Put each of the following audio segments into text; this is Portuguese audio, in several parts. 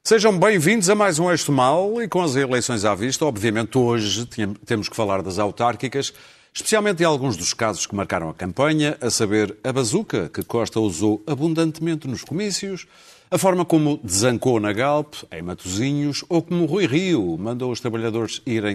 Sejam bem-vindos a mais um Eixo Mal e com as eleições à vista, obviamente hoje temos que falar das autárquicas, especialmente em alguns dos casos que marcaram a campanha, a saber, a bazuca que Costa usou abundantemente nos comícios, a forma como desancou na Galp, em Matosinhos, ou como Rui Rio mandou os trabalhadores irem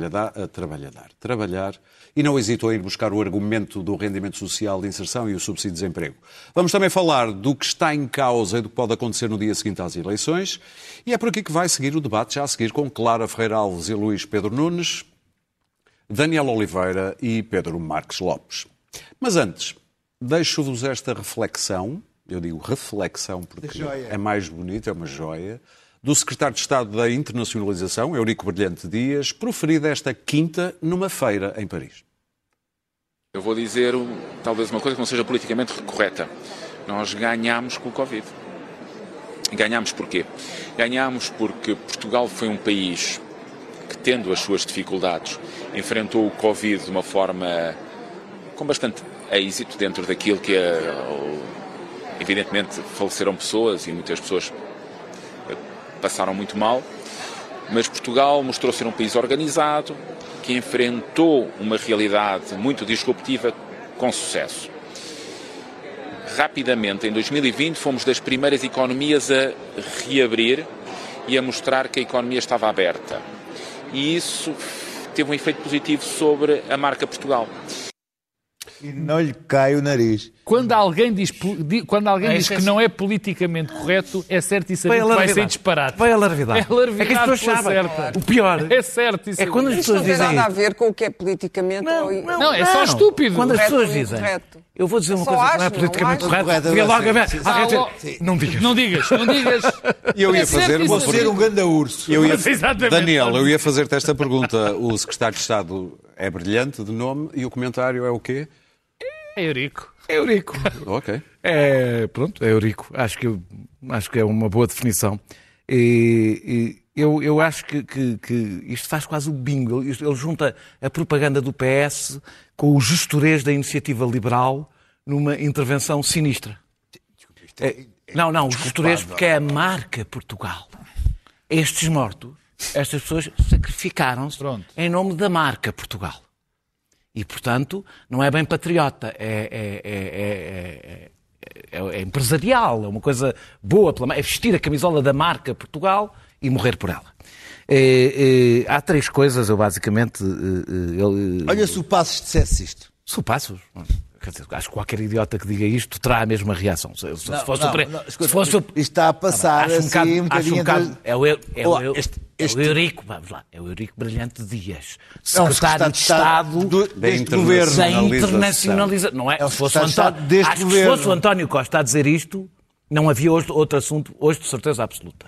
trabalhar e não hesitou em ir buscar o argumento do rendimento social de inserção e o subsídio de desemprego. Vamos também falar do que está em causa e do que pode acontecer no dia seguinte às eleições, e é por aqui que vai seguir o debate, já a seguir com Clara Ferreira Alves e Luís Pedro Nunes, Daniel Oliveira e Pedro Marques Lopes. Mas antes, deixo-vos esta reflexão, eu digo reflexão porque é mais bonito, é uma joia, do secretário de Estado da Internacionalização, Eurico Brilhante Dias, proferida esta quinta numa feira em Paris. Eu vou dizer talvez uma coisa que não seja politicamente correta. Nós ganhámos com o Covid. Ganhámos porquê? Ganhámos porque Portugal foi um país que, tendo as suas dificuldades, enfrentou o Covid de uma forma com bastante êxito dentro daquilo que evidentemente faleceram pessoas e muitas pessoas passaram muito mal, mas Portugal mostrou ser um país organizado que enfrentou uma realidade muito disruptiva com sucesso. Rapidamente, em 2020, fomos das primeiras economias a reabrir e a mostrar que a economia estava aberta. E isso teve um efeito positivo sobre a marca Portugal. E não lhe cai o nariz. Quando alguém diz que não é politicamente correto, é certo e sabido que vai ser disparate. Vai alarvidar. É alarvidar, é que as pessoas sabem. O pior é certo e sabido. É quando as pessoas dizem... Não tem nada a ver com o que é politicamente... Não, é só estúpido. Quando as pessoas dizem... Correto. Eu vou dizer uma coisa que não é politicamente correta. Vê logo a ver. Não digas. Eu ia fazer... Vou ser um ganda urso. Daniel, eu ia fazer-te esta pergunta. O secretário de Estado é brilhante de nome e o comentário é o quê? É Eurico. Ok. Pronto, é Eurico. Acho que é uma boa definição. Eu acho que isto faz quase o bingo. Ele junta a propaganda do PS com o gestorês da iniciativa liberal numa intervenção sinistra. Não, o gestorês porque é a marca Portugal. Estes mortos, estas pessoas sacrificaram-se em nome da marca Portugal. E, portanto, não é bem patriota, é empresarial, é uma coisa boa, é vestir a camisola da marca Portugal e morrer por ela. Há três coisas, eu basicamente... Olha se o Passos dissesse isto. Se o Passos... Quer dizer, acho que qualquer idiota que diga isto terá a mesma reação. Isto está a passar assim um bocadinho... É o Eurico, vamos lá, é o Eurico Brilhante Dias, secretário de Estado deste governo. Da internacionalização. Não é? Se fosse o António Costa a dizer isto, não havia outro assunto, hoje de certeza absoluta.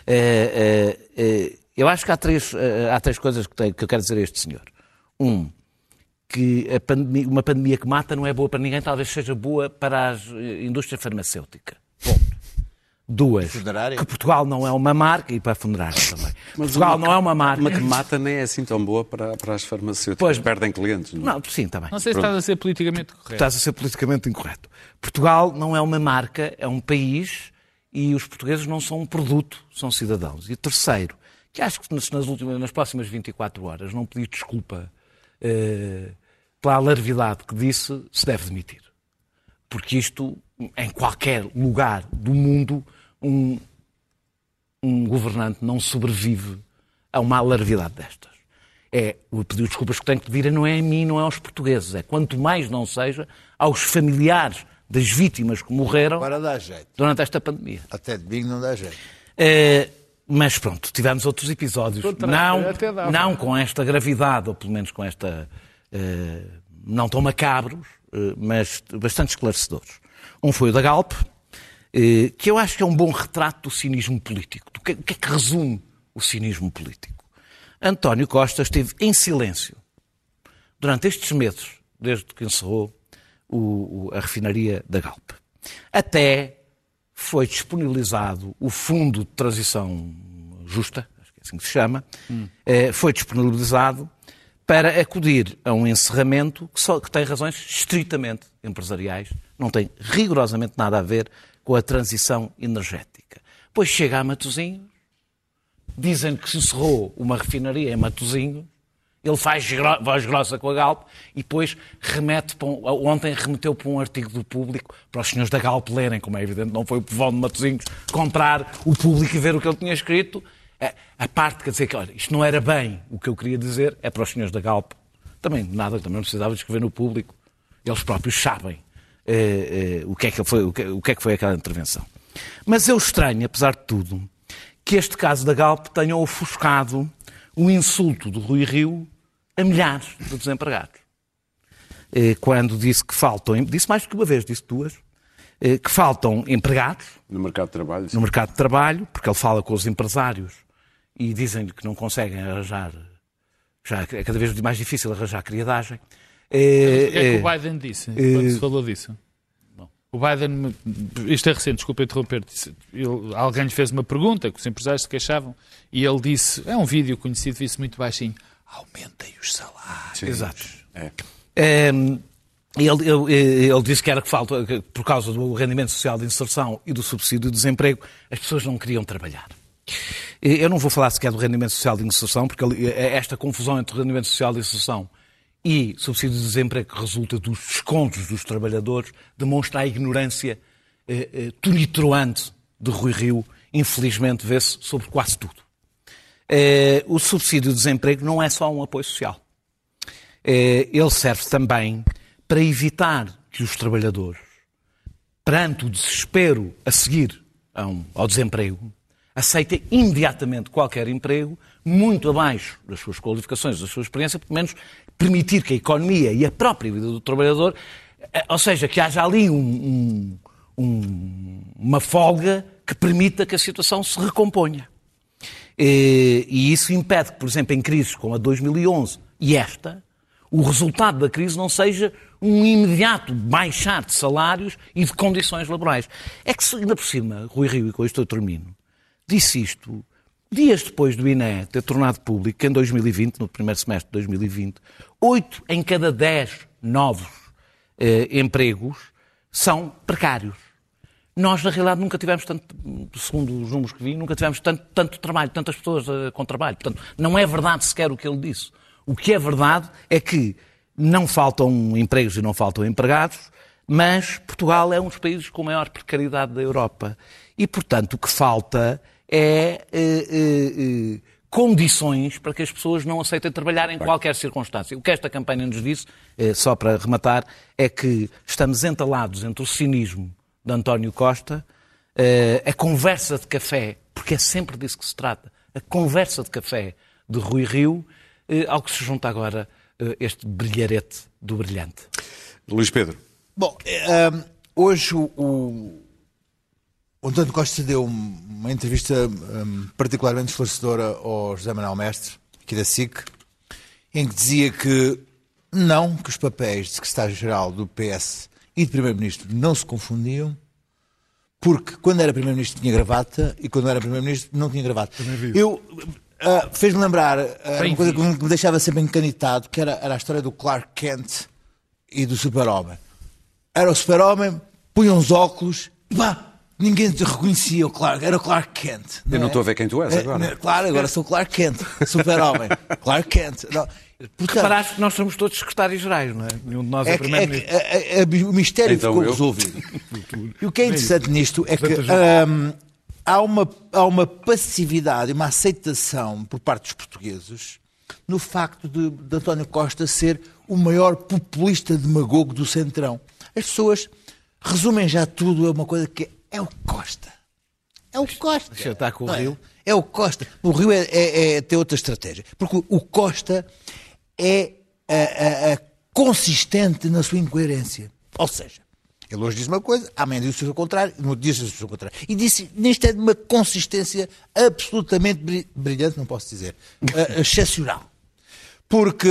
Eu acho que há três coisas que eu quero dizer a este senhor. Que uma pandemia que mata não é boa para ninguém, talvez seja boa para a indústria farmacêutica. Ponto. Duas, que Portugal não é uma marca, e para a funerária também. Mas Portugal não é uma marca. Uma que mata nem é assim tão boa para as farmacêuticas, perdem clientes. Não, sim, também. Não sei se estás a ser politicamente correto. Estás a ser politicamente incorreto. Portugal não é uma marca, é um país, e os portugueses não são um produto, são cidadãos. E terceiro, que acho que nas próximas 24 horas não pedir desculpa pela alarvidade que disse, se deve demitir. Porque isto, em qualquer lugar do mundo, um governante não sobrevive a uma alarvidade destas. O pedido de desculpas que tenho que pedir não é a mim, não é aos portugueses. É quanto mais não seja aos familiares das vítimas que morreram durante esta pandemia. Até domingo não dá jeito. Mas pronto, tivemos outros episódios. Não com esta gravidade, ou pelo menos com esta... não tão macabros, mas bastante esclarecedores. Um foi o da Galp, que eu acho que é um bom retrato do cinismo político. O que é que resume o cinismo político? António Costa esteve em silêncio durante estes meses, desde que encerrou a refinaria da Galp. Até foi disponibilizado o Fundo de Transição Justa, acho que é assim que se chama, foi disponibilizado para acudir a um encerramento que tem razões estritamente empresariais, não tem rigorosamente nada a ver com a transição energética. Pois chega a Matosinhos dizem que se encerrou uma refinaria em Matosinhos, ele faz voz grossa com a Galp e depois ontem remeteu para um artigo do Público para os senhores da Galp lerem, como é evidente, não foi o povão de Matosinhos comprar o Público e ver o que ele tinha escrito. A parte, quer dizer, que olha, isto não era bem o que eu queria dizer, é para os senhores da Galp. Também não precisava de escrever no Público. Eles próprios sabem o que é que foi aquela intervenção. Mas eu estranho, apesar de tudo, que este caso da Galp tenha ofuscado o insulto do Rui Rio a milhares de desempregados. Quando disse que faltam, disse mais do que uma vez, disse duas, que faltam empregados no mercado de trabalho. No mercado de trabalho, porque ele fala com os empresários e dizem-lhe que não conseguem arranjar, já é cada vez mais difícil arranjar criadagem. Que o Biden disse, quando se falou disso? O Biden, isto é recente, desculpa interromper, alguém lhe fez uma pergunta, que os empresários se queixavam, e ele disse, é um vídeo conhecido, disse muito baixinho, aumentem os salários. Sim, exato. Ele disse que era que falta, por causa do rendimento social de inserção e do subsídio de desemprego, as pessoas não queriam trabalhar. Eu não vou falar sequer do rendimento social de inserção, porque esta confusão entre rendimento social de inserção e subsídio de desemprego que resulta dos descontos dos trabalhadores demonstra a ignorância tonitruante de Rui Rio, infelizmente vê-se sobre quase tudo. O subsídio de desemprego não é só um apoio social. Ele serve também para evitar que os trabalhadores, perante o desespero a seguir ao desemprego, aceitem imediatamente qualquer emprego muito abaixo das suas qualificações, da sua experiência, pelo menos permitir que a economia e a própria vida do trabalhador, ou seja, que haja ali uma folga que permita que a situação se recomponha. E isso impede que, por exemplo, em crises como a 2011 e esta, o resultado da crise não seja um imediato baixar de salários e de condições laborais. É que, ainda por cima, Rui Rio, e com isto eu termino, disse isto dias depois do INE ter tornado público que em 2020, no primeiro semestre de 2020, 8 em cada 10 novos empregos são precários. Nós, na realidade, nunca tivemos tanto, segundo os números que vi, nunca tivemos tanto trabalho, tantas pessoas com trabalho. Portanto, não é verdade sequer o que ele disse. O que é verdade é que não faltam empregos e não faltam empregados, mas Portugal é um dos países com maior precariedade da Europa. E, portanto, o que falta é condições para que as pessoas não aceitem trabalhar em qualquer circunstância. O que esta campanha nos disse, só para rematar, é que estamos entalados entre o cinismo de António Costa, a conversa de café, porque é sempre disso que se trata, a conversa de café de Rui Rio, ao que se junta agora este brilharete do brilhante. Luís Pedro. Bom, hoje o António Costa deu uma entrevista particularmente esclarecedora ao José Manuel Mestre, aqui da SIC, em que dizia que os papéis de secretário-geral do PS e de primeiro-ministro não se confundiam, porque quando era primeiro-ministro tinha gravata e quando era primeiro-ministro não tinha gravata. Fez-me lembrar uma coisa que me deixava sempre encanitado, que era a história do Clark Kent e do Super-Homem. Era o Super-Homem, punha uns óculos e ninguém te reconhecia, era o Clark Kent. Eu não estou a ver quem tu és agora. Claro, agora sou o Clark Kent, Super-Homem, Clark Kent. Reparaste que nós somos todos secretários-gerais, não é? Nenhum de nós é primeiro-ministro. O mistério ficou resolvido. E o que é interessante nisto é que há uma passividade e uma aceitação por parte dos portugueses no facto de António Costa ser o maior populista demagogo do Centrão. As pessoas resumem já tudo a uma coisa que é o Costa. É o Costa. Deixa eu estar com o Rio. É o Costa. O Rio tem outra estratégia. Porque o Costa é consistente na sua incoerência. Ou seja, ele hoje diz uma coisa, amanhã diz o contrário, no outro dia diz o contrário. E nisto é de uma consistência absolutamente brilhante, não posso dizer, excepcional. Porque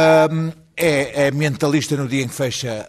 é mentalista no dia em que fecha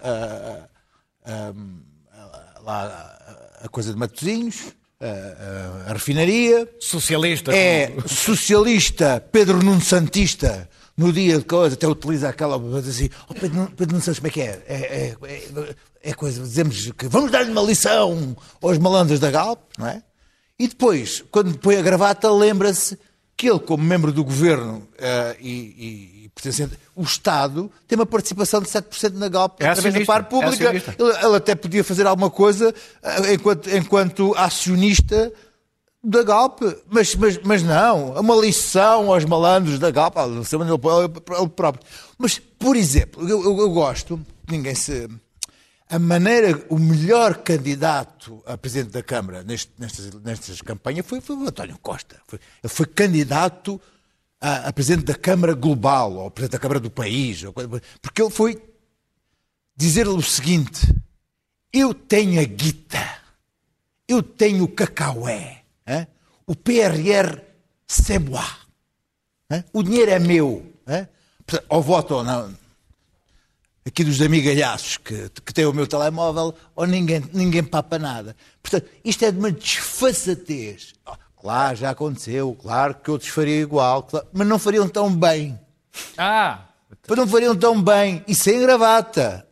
lá a coisa de Matosinhos, a refinaria. Socialista. Socialista, Pedro Nuno Santista, no dia de coisa, até utiliza aquela coisa assim, Pedro Nuno Santos, como é que é? É coisa, dizemos que vamos dar-lhe uma lição aos malandros da Galp, não é? E depois, quando põe a gravata, lembra-se que ele, como membro do governo e pertencente, o Estado tem uma participação de 7% na Galp através da parte pública. Ele até podia fazer alguma coisa enquanto acionista da Galp, mas não. É uma lição aos malandros da Galp, ele próprio. Mas, por exemplo, eu gosto, ninguém se... A maneira, o melhor candidato a Presidente da Câmara nestas campanhas foi o António Costa. Ele foi candidato a Presidente da Câmara Global, ou Presidente da Câmara do país, porque ele foi dizer-lhe o seguinte: eu tenho a guita, eu tenho o cacaué, o PRR c'est moi, o dinheiro é meu, ou voto ou não. Aqui dos amigalhaços que têm o meu telemóvel, ou ninguém papa nada. Portanto, isto é de uma desfaçatez. Claro, já aconteceu, claro que outros fariam igual, claro, mas não fariam tão bem. Não fariam tão bem. E sem gravata.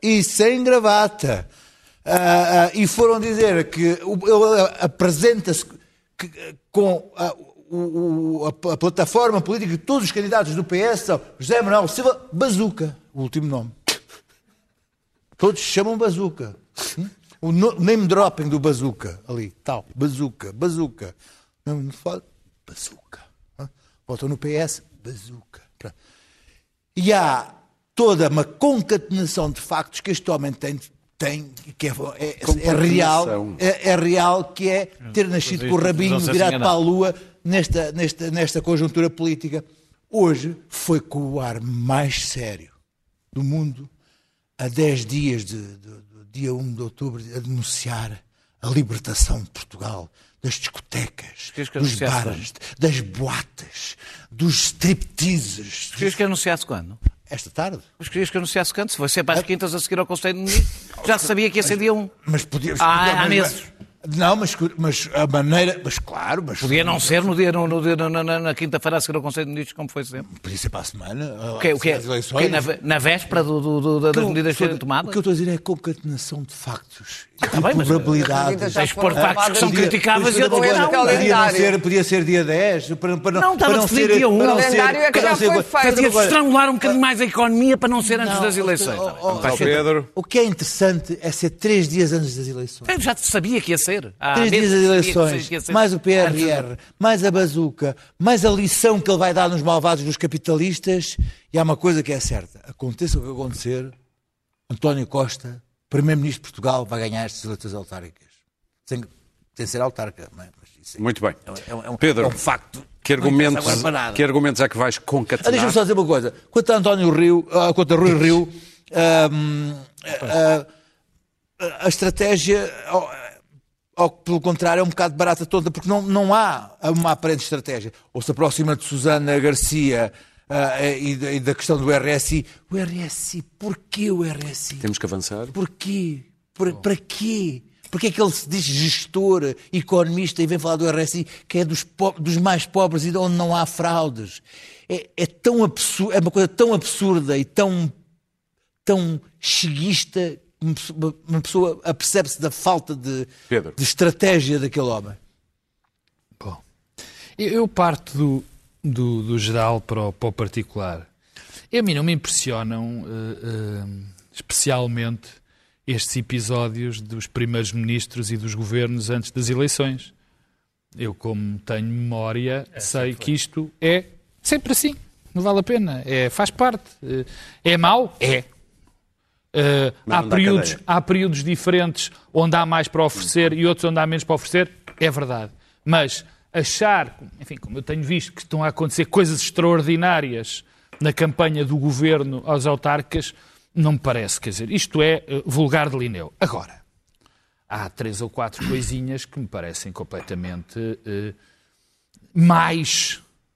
E foram dizer que ele apresenta-se com a plataforma política de todos os candidatos do PS são José Manuel Silva Bazuca, o último nome. Todos chamam Bazuca. O name dropping do Bazuca, ali, tal. Bazuca. Não fala Bazuca. Votam no PS, Bazuca. E há toda uma concatenação de factos que este homem tem que é real, que é ter nascido com o rabinho virado para a lua nesta conjuntura política. Hoje foi com o ar mais sério do mundo, a 10 dias do dia 1 de outubro, a denunciar a libertação de Portugal, das discotecas, dos bares, das boates, dos stripteases. Querias que anunciasse quando? Esta tarde. Mas querias que anunciasse quando? Se vai ser para as quintas a seguir ao Conselho de Ministros, já sabia que ia ser dia 1. Mas podia... há meses. Não, mas a maneira... Mas claro, mas... Podia não ser na quinta-feira a seguir ao Conselho de Ministros, como foi sempre. Podia ser para a semana. O que na véspera das medidas serem tomadas? O que eu estou a dizer é concatenação de factos. Probabilidades. Tens por factos que são criticáveis e outros não. Podia ser dia 10. Não, estava definido dia 1. O calendário é que já foi feito. Podia estrangular um bocadinho mais a economia para não ser antes das eleições. Pedro. O que é interessante é ser 3 dias antes das eleições. Eu já sabia que ia ser. 3 dias das eleições, mais o PRR, mais a bazuca, mais a lição que ele vai dar nos malvados dos capitalistas. E há uma coisa que é certa. Aconteça o que acontecer, António Costa, Primeiro-Ministro de Portugal, vai ganhar estas eleições autárquicas. Sem ser autarca. Mas isso muito bem. Pedro, é um facto. Que argumentos é que vais concatenar? Deixa-me só dizer uma coisa. Quanto a Rui Rio, a estratégia... Ou pelo contrário, é um bocado barata toda, porque não há uma aparente estratégia. Ou se aproxima de Susana Garcia e da questão do RSI. O RSI, porquê o RSI? Temos que avançar. Porquê? Para quê? Porquê é que ele se diz gestor, economista e vem falar do RSI, que é dos mais pobres e de onde não há fraudes? É tão absurdo, é uma coisa tão absurda e tão cheguista. Uma pessoa apercebe-se da falta de estratégia daquele homem. Bom, eu parto do geral para o particular. A mim não me impressionam especialmente estes episódios dos primeiros ministros e dos governos antes das eleições. Eu, como tenho memória, sei que isto é sempre assim. Não vale a pena. Faz parte. É mau? É. Há períodos diferentes onde há mais para oferecer e outros onde há menos para oferecer, é verdade. Mas achar, enfim, como eu tenho visto que estão a acontecer coisas extraordinárias na campanha do governo aos autarcas, não me parece. Quer dizer, isto é vulgar de Linneu. Agora, há 3 ou 4 coisinhas que me parecem completamente mais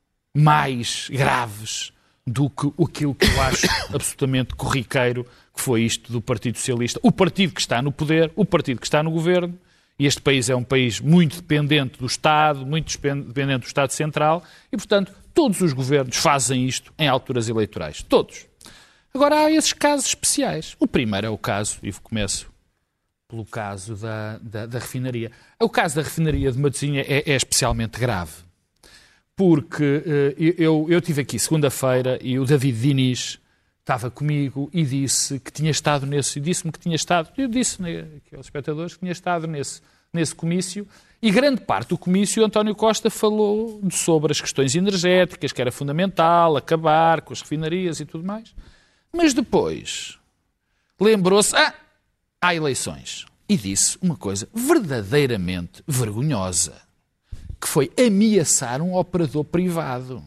graves do que aquilo que eu acho absolutamente corriqueiro, que foi isto do Partido Socialista. O partido que está no poder, o partido que está no governo, e este país é um país muito dependente do Estado, muito dependente do Estado Central, e, portanto, todos os governos fazem isto em alturas eleitorais. Todos. Agora, há esses casos especiais. O primeiro é o caso, e começo pelo caso da refinaria. O caso da refinaria de Matosinhos é especialmente grave, porque eu estive aqui segunda-feira e o David Diniz estava comigo e disse que tinha estado nesse, disse-me que tinha estado, eu disse aqui aos espectadores que tinha estado nesse comício, e grande parte do comício António Costa falou sobre as questões energéticas, que era fundamental acabar com as refinarias e tudo mais, mas depois lembrou-se, há eleições, e disse uma coisa verdadeiramente vergonhosa, que foi ameaçar um operador privado.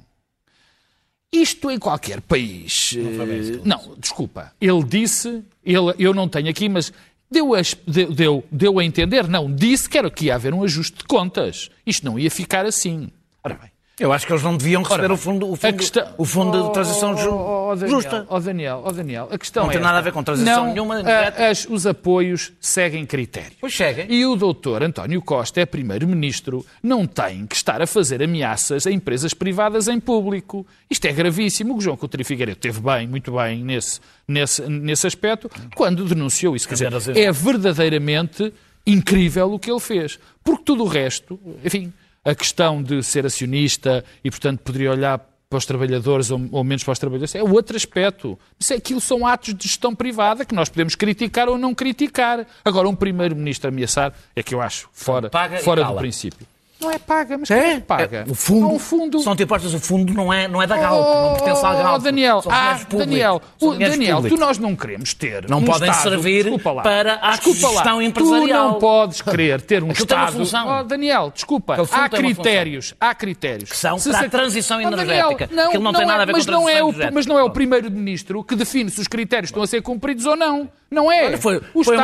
Isto em qualquer país... Não, desculpa. Ele disse, eu não tenho aqui, mas deu a entender, não, disse que ia haver um ajuste de contas. Isto não ia ficar assim. Ora bem. Eu acho que eles não deviam receber o fundo de transição justa. Daniel, a questão não tem nada a ver com transição nenhuma. Os apoios seguem critérios. Pois seguem. E o doutor António Costa, primeiro-ministro, não tem que estar a fazer ameaças a empresas privadas em público. Isto é gravíssimo. O João Coutinho Figueiredo esteve muito bem nesse aspecto, quando denunciou isso. Quer dizer, é verdadeiramente incrível o que ele fez. Porque tudo o resto, enfim... A questão de ser acionista e, portanto, poderia olhar para os trabalhadores ou menos para os trabalhadores, é outro aspecto. Aquilo são atos de gestão privada que nós podemos criticar ou não criticar. Agora, um primeiro-ministro ameaçar é que eu acho fora do princípio. Não é paga, mas quem é que paga? O fundo, são hipóteses, o fundo não é da Galp, não pertence à Galp. Daniel, nós não queremos ter não podem Estado, servir para a gestão empresarial. Tu não podes querer ter um Estado... Daniel, desculpa, há critérios. Que são para a transição energética. Aquilo não tem nada a ver com a transição energética. Mas não é o primeiro-ministro que define se os critérios estão a ser cumpridos ou não. Não é. Foi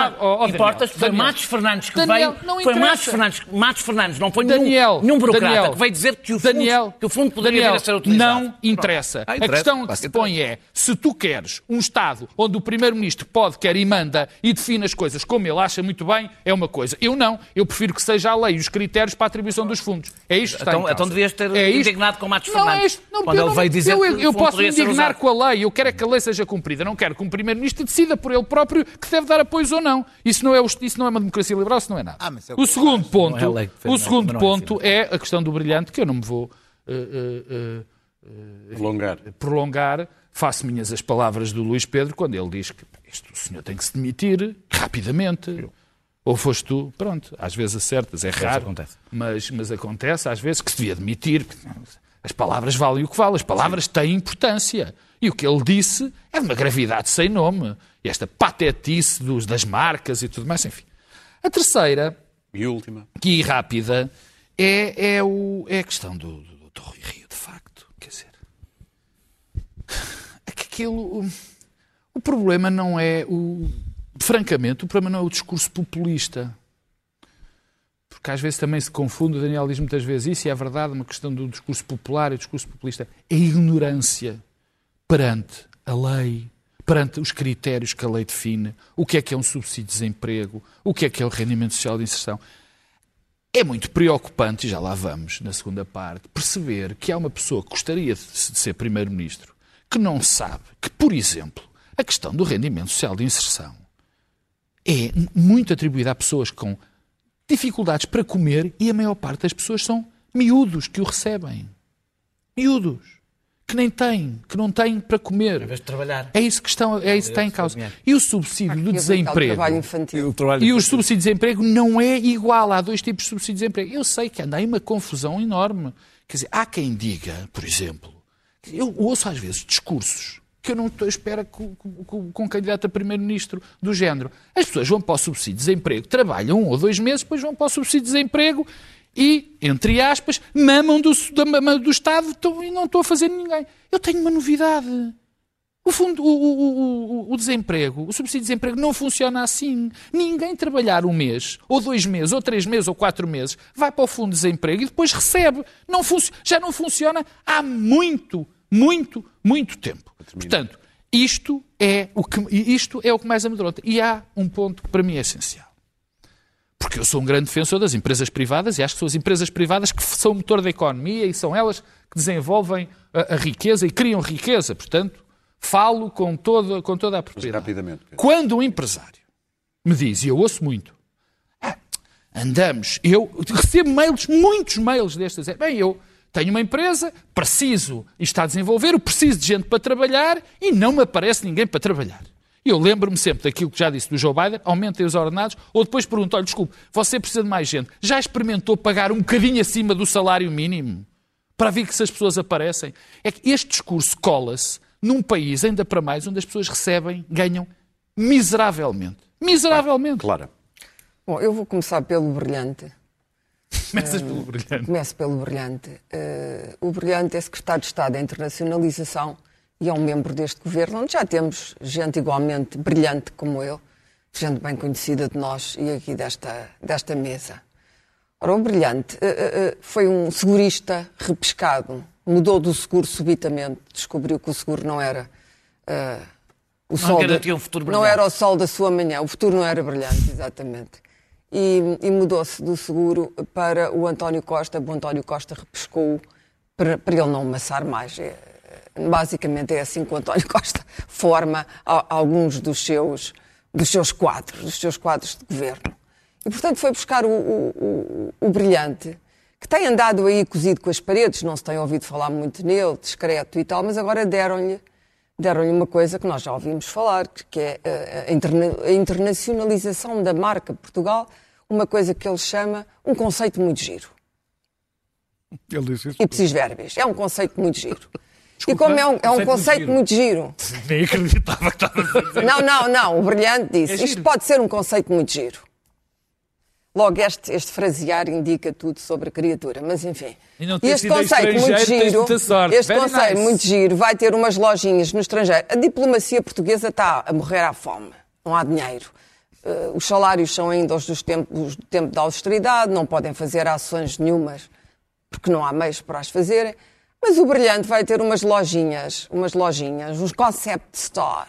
Matos Fernandes que veio... Foi Matos Fernandes, não foi nenhum burocrata que veio dizer que o fundo poderia vir a ser utilizado. Não interessa. A questão que se põe é, se tu queres um Estado onde o Primeiro-Ministro pode, quer e manda e define as coisas como ele acha muito bem, é uma coisa. Eu não. Eu prefiro que seja a lei e os critérios para a atribuição dos fundos. É isto que está em causa. Então devias ter indignado com Matos Fernandes. Quando ele veio dizer que eu posso me indignar com a lei. Eu quero é que a lei seja cumprida. Não quero que um Primeiro-Ministro decida por ele próprio que deve dar apoios ou não. Isso não é uma democracia liberal, isso não é nada. O segundo ponto é a questão do brilhante, que eu não me vou prolongar. Faço minhas as palavras do Luís Pedro quando ele diz que o senhor tem que se demitir rapidamente. Ou foste tu, pronto, às vezes acertas, é raro, acontece. Mas acontece às vezes que se devia demitir. As palavras valem o que valem, as palavras têm importância. E o que ele disse é de uma gravidade sem nome. E esta patetice das marcas e tudo mais, enfim. A terceira, e última, que rápida, é a questão do Rui Rio, de facto. Quer dizer, é que aquilo... O problema não é francamente, o problema não é o discurso populista. Porque às vezes também se confunde, o Daniel diz muitas vezes isso, e é verdade, uma questão do discurso popular e o discurso populista. É a ignorância perante a lei, perante os critérios que a lei define, o que é um subsídio de desemprego, o que é o rendimento social de inserção. É muito preocupante, e já lá vamos na segunda parte, perceber que há uma pessoa que gostaria de ser primeiro-ministro que não sabe que, por exemplo, a questão do rendimento social de inserção é muito atribuída a pessoas com dificuldades para comer e a maior parte das pessoas são miúdos que o recebem. Miúdos. Que não têm para comer. Em vez de trabalhar. É isso que está em causa. E o subsídio do desemprego. E o subsídio de desemprego não é igual. Há dois tipos de subsídio de desemprego. Eu sei que anda aí uma confusão enorme. Quer dizer, há quem diga, por exemplo, eu ouço às vezes discursos que eu não estou à espera com um candidato a primeiro-ministro do género. As pessoas vão para o subsídio de desemprego, trabalham 1 ou 2 meses, depois vão para o subsídio de desemprego e, entre aspas, mamam do Estado e não estou a fazer ninguém. Eu tenho uma novidade. O desemprego, o subsídio de desemprego não funciona assim. Ninguém trabalhar 1 mês, ou 2 meses, ou 3 meses, ou 4 meses, vai para o fundo de desemprego e depois recebe. Já não funciona há muito tempo. Portanto, isto é o que mais amedronta. E há um ponto que para mim é essencial. Porque eu sou um grande defensor das empresas privadas e acho que são as empresas privadas que são o motor da economia e são elas que desenvolvem a riqueza e criam riqueza. Portanto, falo com toda a propriedade. Rapidamente. Quando um empresário me diz, e eu ouço muito, eu recebo muitos mails destes, eu Tenho uma empresa, preciso, e está a desenvolver, preciso de gente para trabalhar e não me aparece ninguém para trabalhar. Eu lembro-me sempre daquilo que já disse do Joe Biden, aumentem os ordenados, ou depois pergunto, olha, desculpe, você precisa de mais gente. Já experimentou pagar um bocadinho acima do salário mínimo? Para ver que se as pessoas aparecem. É que este discurso cola-se num país, ainda para mais, onde as pessoas ganham miseravelmente. Miseravelmente. Claro. Bom, eu vou começar pelo brilhante. Começas pelo brilhante. Começo pelo brilhante. O brilhante é secretário de Estado da Internacionalização e é um membro deste governo, onde já temos gente igualmente brilhante como ele, gente bem conhecida de nós e aqui desta mesa. Ora, o brilhante foi um segurista repescado, mudou do seguro subitamente, descobriu que o seguro não era o sol, não era o sol da sua manhã, o futuro não era brilhante, exatamente. E mudou-se do seguro para o António Costa. O António Costa repescou-o para ele não amassar mais. Basicamente é assim que o António Costa forma alguns dos seus quadros de governo. E, portanto, foi buscar o brilhante, que tem andado aí cozido com as paredes, não se tem ouvido falar muito nele, discreto e tal, mas agora deram-lhe uma coisa que nós já ouvimos falar, que é a internacionalização da marca Portugal, uma coisa que ele chama um conceito muito giro. Ele disse isso. Ipsis verbis. É um conceito muito giro. Desculpa, e como é um conceito muito giro. Nem acreditava que estava a dizer. Não. O brilhante disse. Isto pode ser um conceito muito giro. Logo, este frasear indica tudo sobre a criatura, mas enfim. E este conceito muito giro vai ter umas lojinhas no estrangeiro. A diplomacia portuguesa está a morrer à fome. Não há dinheiro. Os salários são ainda os do tempo da austeridade, não podem fazer ações nenhumas porque não há meios para as fazerem. Mas o brilhante vai ter umas lojinhas, uns concept store.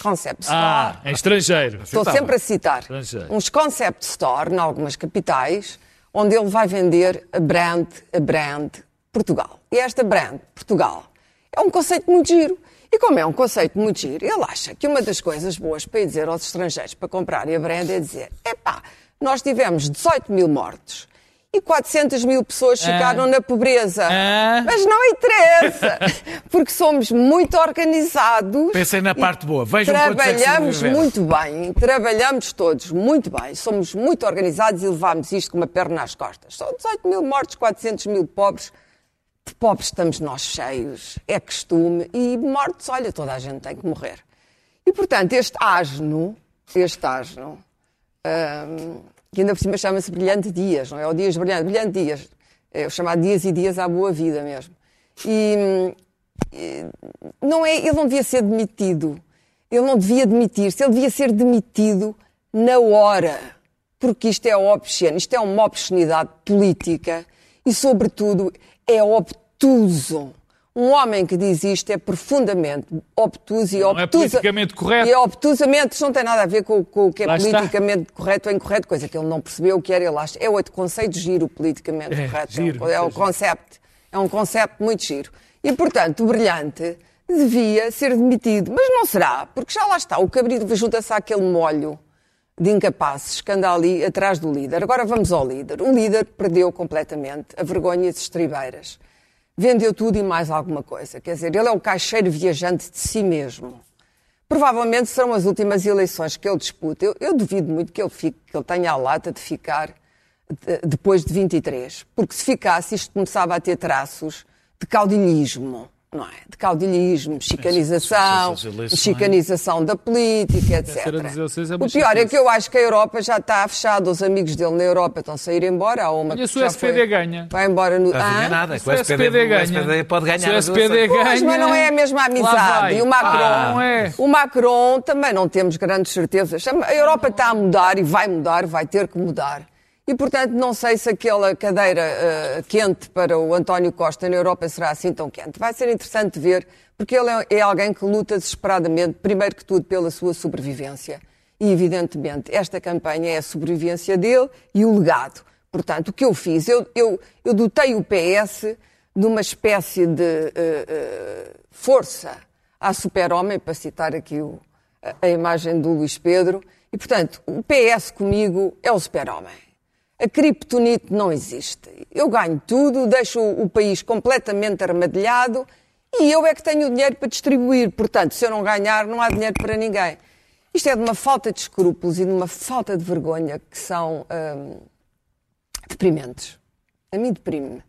Em estrangeiro. Estou sempre a citar. Uns concept store, em algumas capitais, onde ele vai vender a brand Portugal. E esta brand Portugal é um conceito muito giro. E como é um conceito muito giro, ele acha que uma das coisas boas para ir dizer aos estrangeiros para comprarem a brand é dizer: nós tivemos 18 mil mortos e 400 mil pessoas ficaram na pobreza. Mas não interessa, porque somos muito organizados. Pensem na parte boa. Vejam trabalhamos muito bem, trabalhamos todos muito bem, somos muito organizados e levamos isto com uma perna nas costas. São 18 mil mortos, 400 mil pobres. De pobres estamos nós cheios, é costume, e mortos, olha, toda a gente tem que morrer. E, portanto, este asno, que ainda por cima chama-se Brilhante Dias, não é? O Dias Brilhante, Brilhante Dias. É o chamado Dias e Dias à boa vida mesmo. Ele não devia ser demitido. Ele não devia demitir-se. Ele devia ser demitido na hora. Porque isto é obsceno. Isto é uma obscenidade política e, sobretudo, é obtuso. Um homem que diz isto é profundamente obtuso e não é politicamente correto. E obtusamente, isto não tem nada a ver com o que é politicamente correto ou incorreto, coisa que ele não percebeu o que era, ele acha. É outro conceito giro politicamente correto. É um conceito muito giro. E, portanto, o brilhante devia ser demitido. Mas não será, porque já lá está. O cabrito junta-se àquele molho de incapazes que anda ali atrás do líder. Agora vamos ao líder. O líder perdeu completamente a vergonha e as estribeiras. Vendeu tudo e mais alguma coisa. Quer dizer, ele é o caixeiro viajante de si mesmo. Provavelmente serão as últimas eleições que ele disputa. Eu duvido muito que ele tenha a lata de ficar depois de 23. Porque se ficasse, isto começava a ter traços de caudilhismo. Não é? De caudilhismo, chicanização da política, etc. O pior é que eu acho que a Europa já está fechada, os amigos dele na Europa estão a sair embora. Há uma e se o SPD ganha? Vai embora no... Não ganha nada, se o SPD ganha. O SPD pode ganhar. Se o SPD ganha... Mas não é a mesma amizade. E o Macron também não temos grandes certezas. A Europa está a mudar e vai ter que mudar. E, portanto, não sei se aquela cadeira quente para o António Costa na Europa será assim tão quente. Vai ser interessante ver, porque ele é alguém que luta desesperadamente, primeiro que tudo, pela sua sobrevivência. E, evidentemente, esta campanha é a sobrevivência dele e o legado. Portanto, o que eu fiz? Eu dotei o PS de uma espécie de força à super-homem, para citar aqui a imagem do Luís Pedro. E, portanto, o PS comigo é o super-homem. A criptonite não existe. eu ganho tudo, deixo o país completamente armadilhado e eu é que tenho o dinheiro para distribuir. Portanto, se eu não ganhar, não há dinheiro para ninguém. Isto é de uma falta de escrúpulos e de uma falta de vergonha que são deprimentes. A mim deprime-me.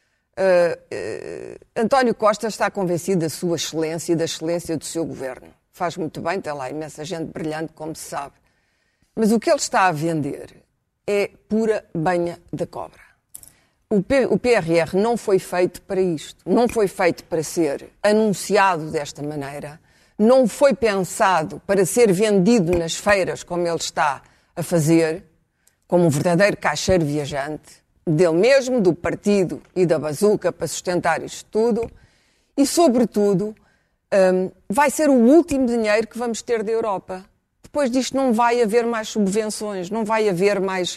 António Costa está convencido da sua excelência e da excelência do seu governo. Faz muito bem, tem lá imensa gente brilhante, como se sabe. Mas o que ele está a vender é pura banha da cobra. O PRR não foi feito para isto. Não foi feito para ser anunciado desta maneira. Não foi pensado para ser vendido nas feiras, como ele está a fazer, como um verdadeiro caixeiro viajante, dele mesmo, do partido e da bazuca para sustentar isto tudo. E, sobretudo, vai ser o último dinheiro que vamos ter da Europa. Depois disto não vai haver mais subvenções, não vai haver mais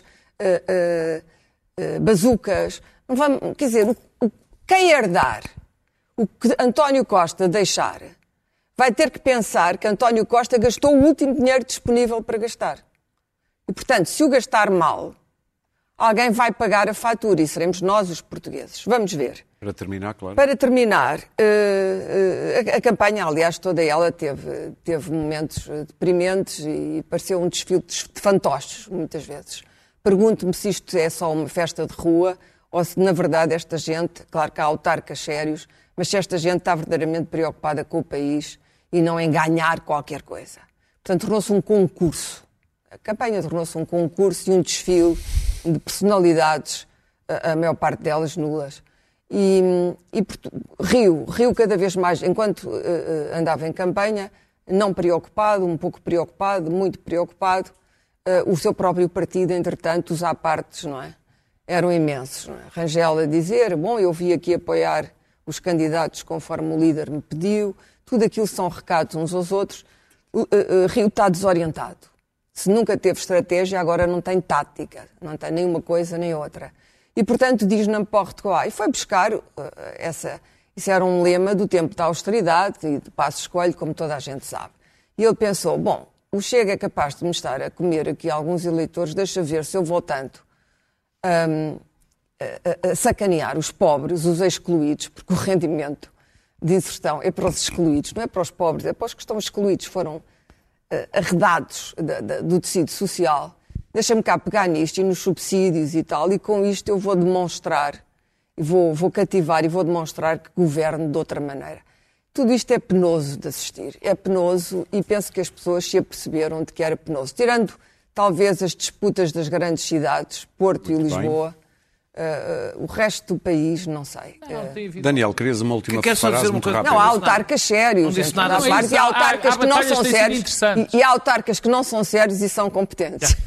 bazucas. Não vamos, quer dizer, quem herdar o que António Costa deixar vai ter que pensar que António Costa gastou o último dinheiro disponível para gastar. E, portanto, se o gastar mal, alguém vai pagar a fatura e seremos nós os portugueses. Vamos ver. Para terminar, claro. Para terminar, a campanha, aliás, toda ela teve momentos deprimentes e pareceu um desfile de fantoches, muitas vezes. Pergunto-me se isto é só uma festa de rua ou se, na verdade, esta gente, claro que há autarcas sérios, mas se esta gente está verdadeiramente preocupada com o país e não em ganhar qualquer coisa. Portanto, tornou-se um concurso. A campanha tornou-se um concurso e um desfile de personalidades, a maior parte delas nulas. E Rio cada vez mais, enquanto andava em campanha, não preocupado, um pouco preocupado, muito preocupado. O seu próprio partido, entretanto, os apartes, não é? Eram imensos. Não é? Rangel a dizer, bom, eu vim aqui apoiar os candidatos conforme o líder me pediu. Tudo aquilo são recados uns aos outros. Rio está desorientado. Se nunca teve estratégia, agora não tem tática. Não tem nem uma coisa nem outra. E, portanto, diz n'importe quoi. E foi buscar isso era um lema do tempo da austeridade e de Passos Coelho, como toda a gente sabe. E ele pensou, bom, o Chega é capaz de me estar a comer aqui alguns eleitores, deixa ver se eu vou tanto a sacanear os pobres, os excluídos, porque o rendimento de inserção é para os excluídos, não é para os pobres, é para os que estão excluídos, foram arredados do tecido social. Deixa-me cá pegar nisto e nos subsídios e tal, e com isto eu vou demonstrar, vou cativar e vou demonstrar que governo de outra maneira. Tudo isto é penoso de assistir, é penoso e penso que as pessoas se aperceberam de que era penoso. Tirando talvez as disputas das grandes cidades, Porto e Lisboa, o resto do país, não sei. Daniel, querias uma última frase muito rápida? Não, há autarcas sérios. E há autarcas que não são sérios. E há autarcas que não são sérios e são competentes.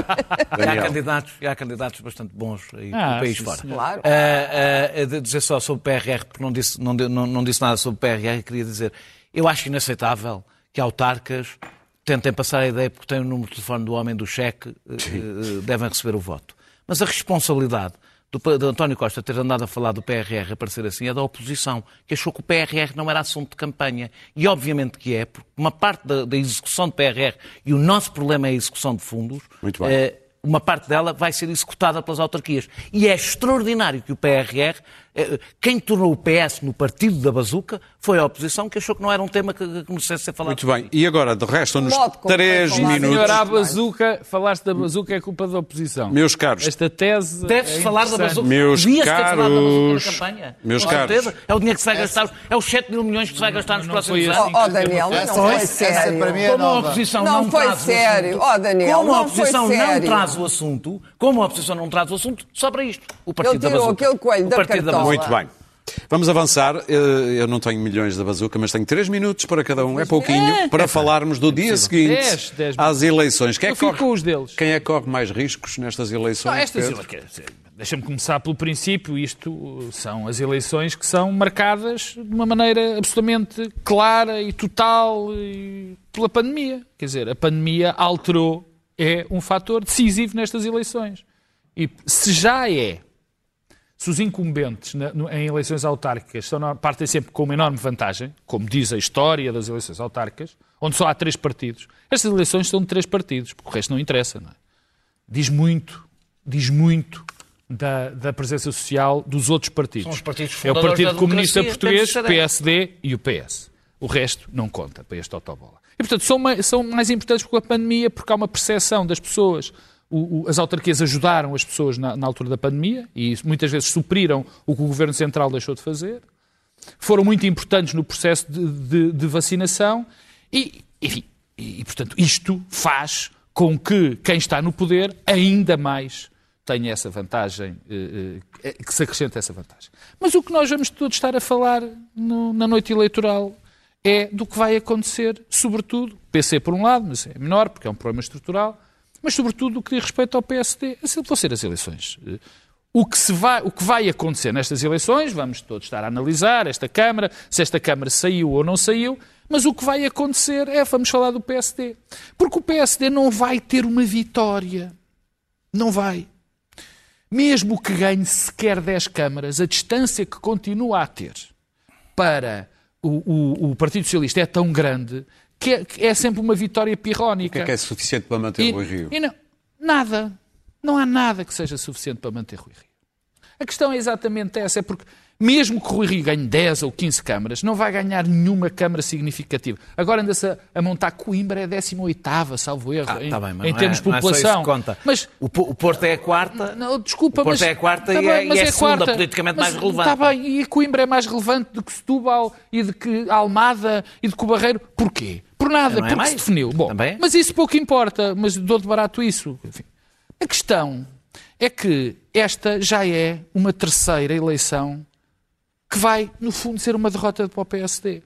E há candidatos bastante bons aí no país fora. Claro. Dizer só sobre o PRR, porque não disse nada sobre o PRR, queria dizer, eu acho inaceitável que autarcas tentem passar a ideia, porque têm o número de telefone do homem do cheque, devem receber o voto. Mas a responsabilidade de António Costa ter andado a falar do PRR a parecer assim é da oposição, que achou que o PRR não era assunto de campanha. E obviamente que é, porque uma parte da execução do PRR, e o nosso problema é a execução de fundos, uma parte dela vai ser executada pelas autarquias. E é extraordinário que o PRR, quem tornou o PS no partido da bazuca, foi a oposição, que achou que não era um tema que merecesse ser falado. Muito bem. E agora, restam-nos 3 minutos. Senhor, a bazuca, falaste da bazuca, é culpa da oposição. Meus caros. Esta tese. Deves falar da bazuca. Meus caros. Na campanha. Meus caros. É o dinheiro que se vai gastar, é os 7 mil milhões que se vai gastar nos próximos anos. Daniel, não foi sério. Como a oposição não foi sério. Daniel, como a oposição não traz o assunto, como a oposição não traz o assunto, só para isto. O partido da bazuca. Aquele coelho da cartola. Muito bem. Vamos avançar. Eu não tenho milhões da bazuca, mas tenho 3 minutos para cada um. É pouquinho para falarmos do dia seguinte 10 às eleições. Quem é que corre mais riscos nestas eleições? Deixa-me começar pelo princípio. Isto são as eleições que são marcadas de uma maneira absolutamente clara e total pela pandemia. Quer dizer, a pandemia alterou, é um fator decisivo nestas eleições. E se os incumbentes em eleições autárquicas partem sempre com uma enorme vantagem, como diz a história das eleições autárquicas, onde só há 3 partidos, estas eleições são de 3 partidos, porque o resto não interessa, não é? Diz muito da presença social dos outros partidos. São os partidos é o fundadores Partido da Comunista democracia, Português, deve ser. PSD e o PS. O resto não conta para este autobola. E, portanto, são mais importantes com a pandemia, porque há uma percepção das pessoas. As autarquias ajudaram as pessoas na altura da pandemia e muitas vezes supriram o que o Governo Central deixou de fazer. Foram muito importantes no processo de vacinação e, enfim, portanto, isto faz com que quem está no poder ainda mais tenha essa vantagem, que se acrescente essa vantagem. Mas o que nós vamos todos estar a falar na noite eleitoral é do que vai acontecer, sobretudo, PC por um lado, mas é menor porque é um problema estrutural, mas sobretudo do que diz respeito ao PSD. Assim vão ser as eleições. O que vai acontecer nestas eleições, vamos todos estar a analisar esta Câmara, se esta Câmara saiu ou não saiu, mas o que vai acontecer vamos falar do PSD. Porque o PSD não vai ter uma vitória. Não vai. Mesmo que ganhe sequer 10 câmaras, a distância que continua a ter para o Partido Socialista é tão grande que é sempre uma vitória pirrónica. O que é suficiente para manter Rui Rio? Nada. Não há nada que seja suficiente para manter Rui Rio. A questão é exatamente essa, é porque mesmo que Rui Rio ganhe 10 ou 15 câmaras, não vai ganhar nenhuma câmara significativa. Agora anda-se a montar Coimbra, é 18ª, salvo erro, em termos de população. Mas o Porto é a quarta. Não, desculpa, o Porto é a quarta e é a segunda politicamente mais relevante. Está bem, e Coimbra é mais relevante do que Setúbal e de que Almada e de que o Barreiro. Porquê? Por nada, porque se definiu. Bom, mas isso pouco importa, mas dou de barato isso. Enfim. A questão é que esta já é uma terceira eleição que vai, no fundo, ser uma derrota para o PSD.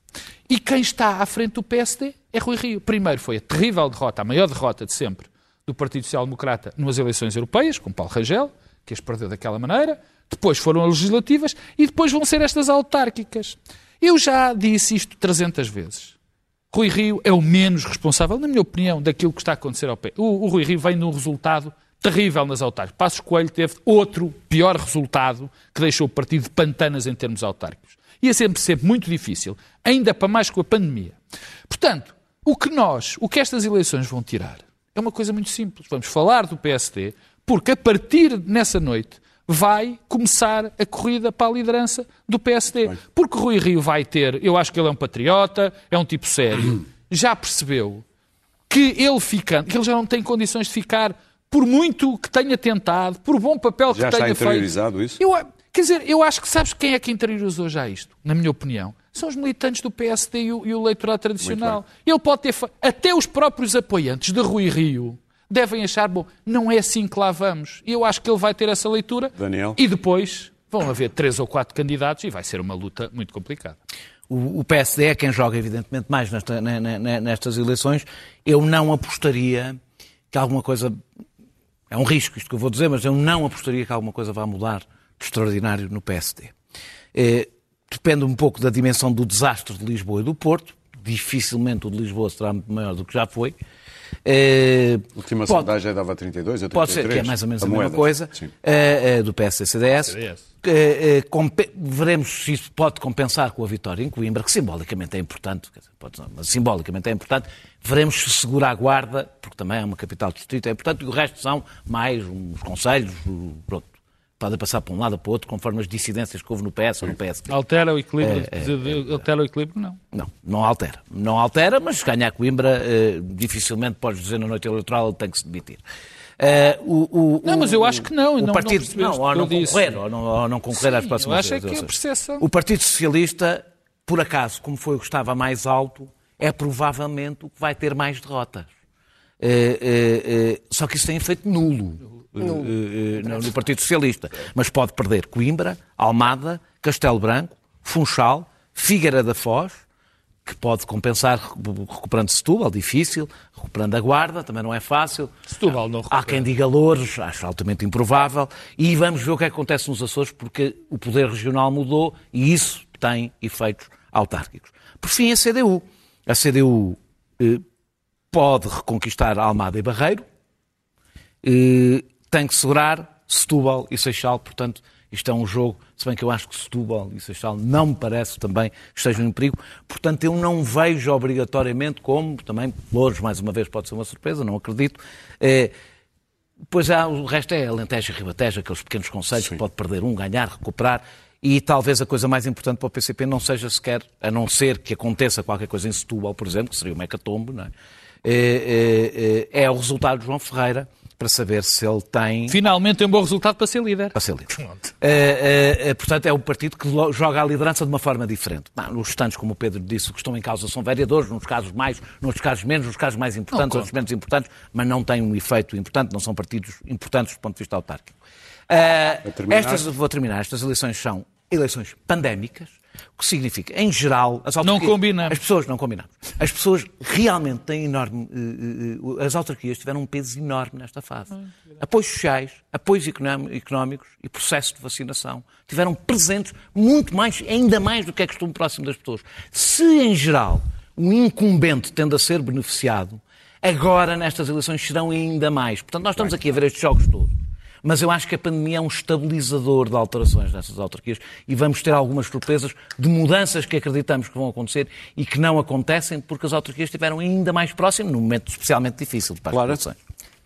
E quem está à frente do PSD é Rui Rio. Primeiro foi a terrível derrota, a maior derrota de sempre, do Partido Social Democrata nas eleições europeias, com Paulo Rangel, que as perdeu daquela maneira. Depois foram as legislativas e depois vão ser estas autárquicas. Eu já disse isto 300 vezes. Rui Rio é o menos responsável, na minha opinião, daquilo que está a acontecer ao PSD. O Rui Rio vem de um resultado terrível nas autárquicas. Passos Coelho teve outro pior resultado que deixou o partido de pantanas em termos autárquicos. E é sempre muito difícil, ainda para mais com a pandemia. Portanto, o que estas eleições vão tirar é uma coisa muito simples. Vamos falar do PSD, porque a partir nessa noite vai começar a corrida para a liderança do PSD. Porque Rui Rio vai ter, eu acho que ele é um patriota, é um tipo sério, já percebeu que ele já não tem condições de ficar, por muito que tenha tentado, por bom papel que tenha feito. Já está interiorizado isso? Quer dizer, eu acho que sabes quem é que interiorizou já isto, na minha opinião? São os militantes do PSD e o eleitorado tradicional. Ele pode ter... Até os próprios apoiantes de Rui Rio devem achar, bom, não é assim que lá vamos. E eu acho que ele vai ter essa leitura. Daniel. E depois vão haver 3 ou 4 candidatos e vai ser uma luta muito complicada. O PSD é quem joga, evidentemente, mais nestas eleições. Eu não apostaria que alguma coisa... É um risco isto que eu vou dizer, mas eu não apostaria que alguma coisa vá mudar de extraordinário no PSD. Depende um pouco da dimensão do desastre de Lisboa e do Porto. Dificilmente o de Lisboa será muito maior do que já foi. A última sondagem dava 32 a 33. Pode ser, que é mais ou menos a mesma coisa. Do PSD-CDS. Veremos se isso pode compensar com a vitória em Coimbra, que simbolicamente é importante. Simbolicamente é importante. Veremos se segura a guarda, porque também é uma capital de distrito, é importante, e o resto são mais uns conselhos, pronto. Podem passar para um lado ou para o outro, conforme as dissidências que houve no PS ou no PSD. Altera o equilíbrio? Altera o equilíbrio? Não. Não altera. Não altera, mas se ganhar Coimbra, dificilmente podes dizer na noite eleitoral ele tem que se demitir. Não, mas eu acho que não. O partido, ou não concorrer às próximas eleições. Eu acho que é a percepção. O Partido Socialista, por acaso, como foi o que estava mais alto, é provavelmente o que vai ter mais derrotas. Só que isso tem efeito nulo. No Partido Socialista. Mas pode perder Coimbra, Almada, Castelo Branco, Funchal, Figueira da Foz, que pode compensar recuperando Setúbal, difícil, recuperando a Guarda, também não é fácil. Setúbal não recupera. Há quem diga Louros, acho altamente improvável. E vamos ver o que é que acontece nos Açores, porque o poder regional mudou e isso tem efeitos autárquicos. Por fim, a CDU. A CDU pode reconquistar Almada e Barreiro, tem que segurar Setúbal e Seixal, portanto, isto é um jogo, se bem que eu acho que Setúbal e Seixal não me parece também que estejam em perigo, portanto eu não vejo obrigatoriamente como, também Louros mais uma vez pode ser uma surpresa, não acredito, Depois o resto é Alentejo e Ribatejo, aqueles pequenos concelhos que pode perder um, ganhar, recuperar. E talvez a coisa mais importante para o PCP não seja sequer, a não ser que aconteça qualquer coisa em Setúbal, por exemplo, que seria o mecatombe, não é? É o resultado de João Ferreira, para saber se ele tem... Finalmente tem um bom resultado para ser líder. Para ser líder. Portanto, é um partido que joga a liderança de uma forma diferente. Os restantes, como o Pedro disse, o que estão em causa são vereadores, nos casos mais, nos casos menos, nos casos mais importantes, outros menos importantes, mas não têm um efeito importante, não são partidos importantes do ponto de vista autárquico. Vou terminar. Estas eleições são eleições pandémicas, o que significa, em geral, as pessoas não combinamos. As pessoas realmente têm enorme... As autarquias tiveram um peso enorme nesta fase. Apoios sociais, apoios económicos e processo de vacinação tiveram presentes muito mais, ainda mais do que é costume próximo das pessoas. Se, em geral, o incumbente tende a ser beneficiado, agora, nestas eleições, serão ainda mais. Portanto, nós estamos aqui a ver estes jogos todos. Mas eu acho que a pandemia é um estabilizador de alterações nessas autarquias e vamos ter algumas surpresas de mudanças que acreditamos que vão acontecer e que não acontecem porque as autarquias estiveram ainda mais próximas, num momento especialmente difícil para as eleições.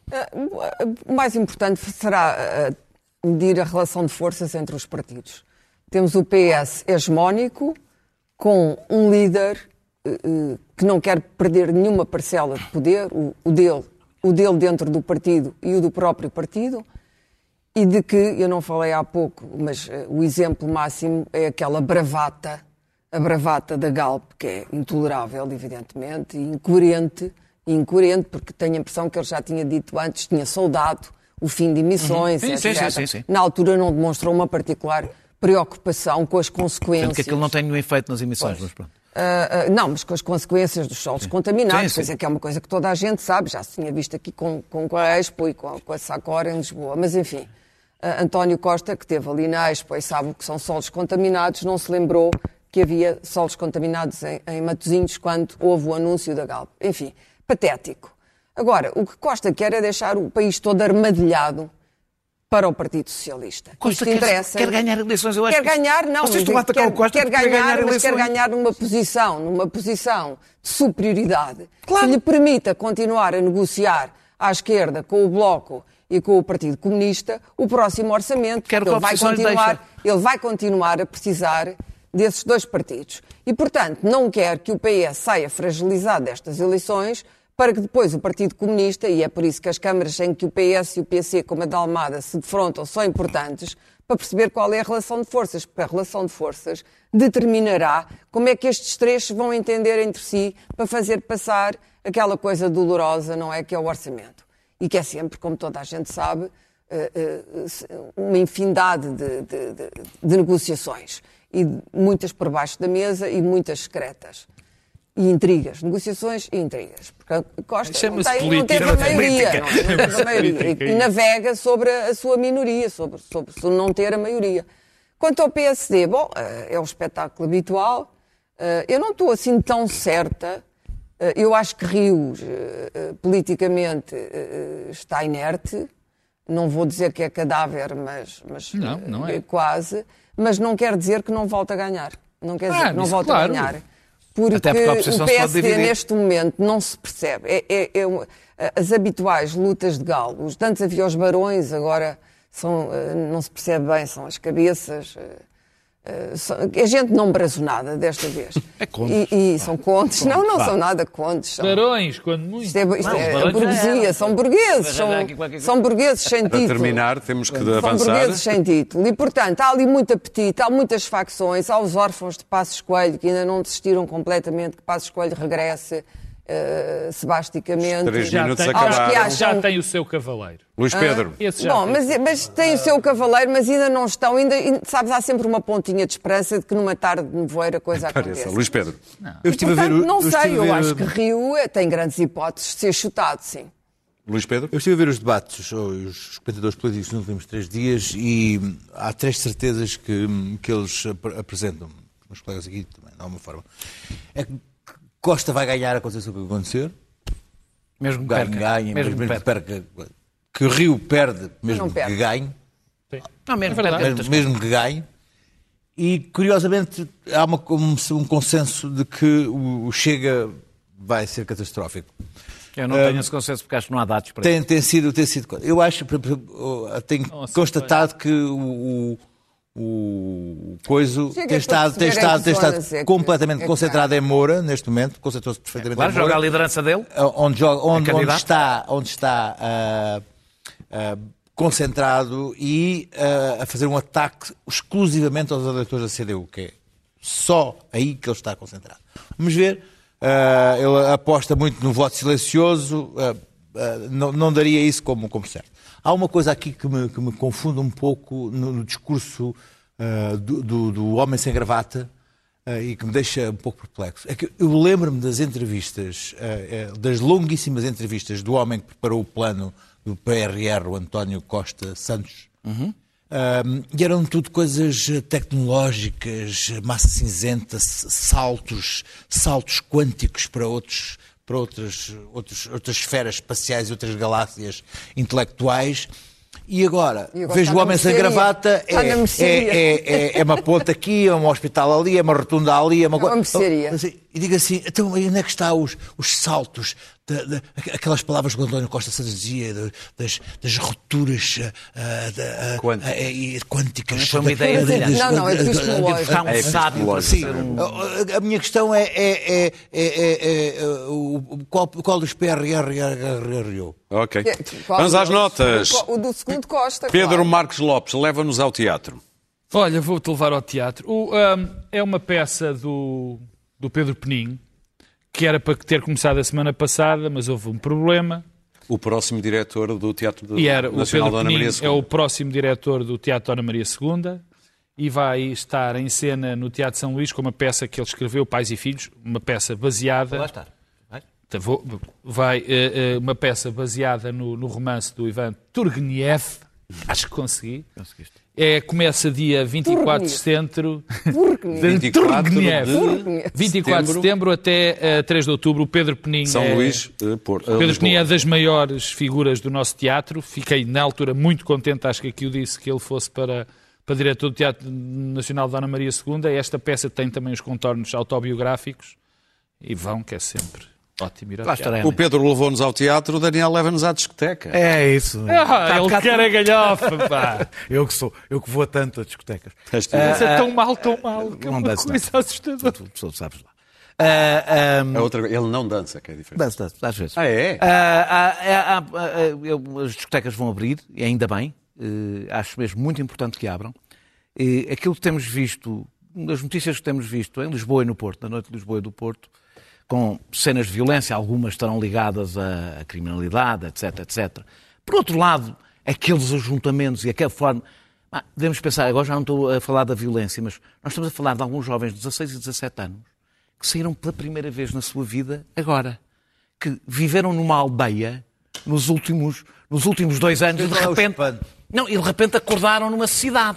O mais importante será medir a relação de forças entre os partidos. Temos o PS hegemónico, com um líder que não quer perder nenhuma parcela de poder, o dele dentro do partido e o do próprio partido, e de que, eu não falei há pouco, mas o exemplo máximo é aquela bravata, a bravata da Galp, que é intolerável, evidentemente, e incoerente, porque tenho a impressão que ele já tinha dito antes, tinha saudado o fim de emissões, etc. Sim. Na altura não demonstrou uma particular preocupação com as consequências. Porque aquilo não tem nenhum efeito nas emissões, mas pronto. Não, mas com as consequências dos solos contaminados, quer dizer, que é uma coisa que toda a gente sabe, já se tinha visto aqui com a Expo e com a Sacora em Lisboa, mas enfim, António Costa, que esteve ali na Expo e sabe o que são solos contaminados, não se lembrou que havia solos contaminados em Matosinhos quando houve o anúncio da Galp. Enfim, patético. Agora, o que Costa quer é deixar o país todo armadilhado para o Partido Socialista. Costa quer ganhar eleições, eu acho. Quer ganhar, não. Vocês estão a atacar o Costa quer ganhar numa posição de superioridade que lhe permita continuar a negociar à esquerda com o Bloco e com o Partido Comunista o próximo orçamento. Ele vai continuar a precisar desses dois partidos. E, portanto, não quer que o PS saia fragilizado destas eleições para que depois o Partido Comunista, e é por isso que as câmaras em que o PS e o PC, como a da Almada, se defrontam, são importantes, para perceber qual é a relação de forças, porque a relação de forças determinará como é que estes três se vão entender entre si para fazer passar aquela coisa dolorosa, não é, que é o orçamento. E que é sempre, como toda a gente sabe, uma infinidade de negociações. E muitas por baixo da mesa e muitas secretas. E intrigas, negociações e intrigas. Porque Costa não teve a maioria. E navega sobre a sua minoria, sobre não ter a maioria. Quanto ao PSD, bom, é um espetáculo habitual. Eu não estou assim tão certa. Eu acho que Rio, politicamente, está inerte. Não vou dizer que é cadáver, mas não é. Quase. Mas não quer dizer que não volta a ganhar. Não quer dizer que não volta a ganhar. Porque o PSD neste momento não se percebe. As habituais lutas de galo. Antes havia os barões, agora não se percebe bem, são as cabeças. A gente não brazonada desta vez. É contos. E são contos. Não são nada contos. Barões, quando muito. Isto é burguesia, são burgueses. São burgueses sem título. Para terminar, temos que avançar. São burgueses sem título. E, portanto, há ali muito apetite, há muitas facções, há os órfãos de Passos Coelho que ainda não desistiram completamente, que Passos Coelho regresse sebasticamente. 3 minutos acabaram. Já tem o seu cavaleiro. Luís Pedro. Bom, mas tem o seu cavaleiro, mas ainda não estão. Sabes, há sempre uma pontinha de esperança de que numa tarde de nevoeiro a coisa aconteça. Luís Pedro. Eu acho que Rio tem grandes hipóteses de ser chutado, sim. Luís Pedro? Eu estive a ver os debates, os comentadores políticos nos últimos 3 dias e há 3 certezas que eles apresentam. Os colegas aqui também, de alguma forma. É que Costa vai ganhar, aconteça o que acontecer. Mesmo que perca. Que o Rio perde, mesmo que ganhe. Não, mesmo que ganhe. E, curiosamente, há um consenso de que o Chega vai ser catastrófico. Eu não tenho esse consenso porque acho que não há dados para isso. Tem sido. Eu acho, tenho constatado que o coiso tem estado completamente concentrado em Moura, neste momento, concentrou-se perfeitamente em Moura. Joga a liderança dele. Onde está concentrado e a fazer um ataque exclusivamente aos eleitores da CDU, que é só aí que ele está concentrado. Vamos ver. Ele aposta muito no voto silencioso, não daria isso como certo. Há uma coisa aqui que me confunde um pouco no discurso do homem sem gravata e que me deixa um pouco perplexo. É que eu lembro-me das entrevistas, das longuíssimas entrevistas do homem que preparou o plano do PRR, o António Costa Santos, e eram tudo coisas tecnológicas, massa cinzenta, saltos quânticos para outras esferas espaciais e outras galáxias intelectuais. E agora vejo o homem sem gravata, é uma ponta aqui, é um hospital ali, é uma rotunda ali, é uma coisa. E digo assim, então onde é que está os saltos, aquelas palavras que o António Costa Santos dizia, das rupturas quânticas. Foi uma ideia brilhante. Não, é epistemológico. Sim, a minha questão é qual dos PRR? Ok. Vamos às notas. O do segundo Costa. Pedro claro. Marques Lopes, leva-nos ao teatro. Olha, vou-te levar ao teatro. É uma peça do Pedro Penin, que era para ter começado a semana passada, mas houve um problema. O próximo diretor do Teatro O Nacional Pedro Dona Maria Penin II. é o próximo diretor do Teatro Dona Maria II e vai estar em cena no Teatro São Luís com uma peça que ele escreveu, Pais e Filhos, uma peça baseada... Vai lá estar. Uma peça baseada no romance do Ivan Turgenev. Acho que consegui. Conseguiste. Começa dia 24 de setembro. 24 de setembro até 3 de outubro. O Pedro Penin São Luís, Porto. Pedro Penin é das maiores figuras do nosso teatro. Fiquei, na altura, muito contente, acho que aqui o disse, que ele fosse para diretor do Teatro Nacional de Dona Maria II. Esta peça tem também os contornos autobiográficos e que é sempre... ótimo ir ao teatro. O Pedro levou-nos ao teatro, o Daniel leva-nos à discoteca. É isso. Ele quer a galhofa, pá. Eu que vou a tanto a discotecas. Isso é tão mal, que é não uma dança, coisa assustadora. Tu sabes lá. Ele não dança, que é diferente. Dança, às vezes. É? As discotecas vão abrir, e ainda bem. Acho mesmo muito importante que abram. Aquilo que temos visto, das notícias que temos visto em Lisboa e no Porto, na noite de Lisboa e do Porto, com cenas de violência, algumas estarão ligadas à criminalidade, etc. Por outro lado, aqueles ajuntamentos e aquela forma... devemos pensar, agora já não estou a falar da violência, mas nós estamos a falar de alguns jovens de 16 e 17 anos que saíram pela primeira vez na sua vida agora, que viveram numa aldeia nos últimos 2 anos e de repente acordaram numa cidade.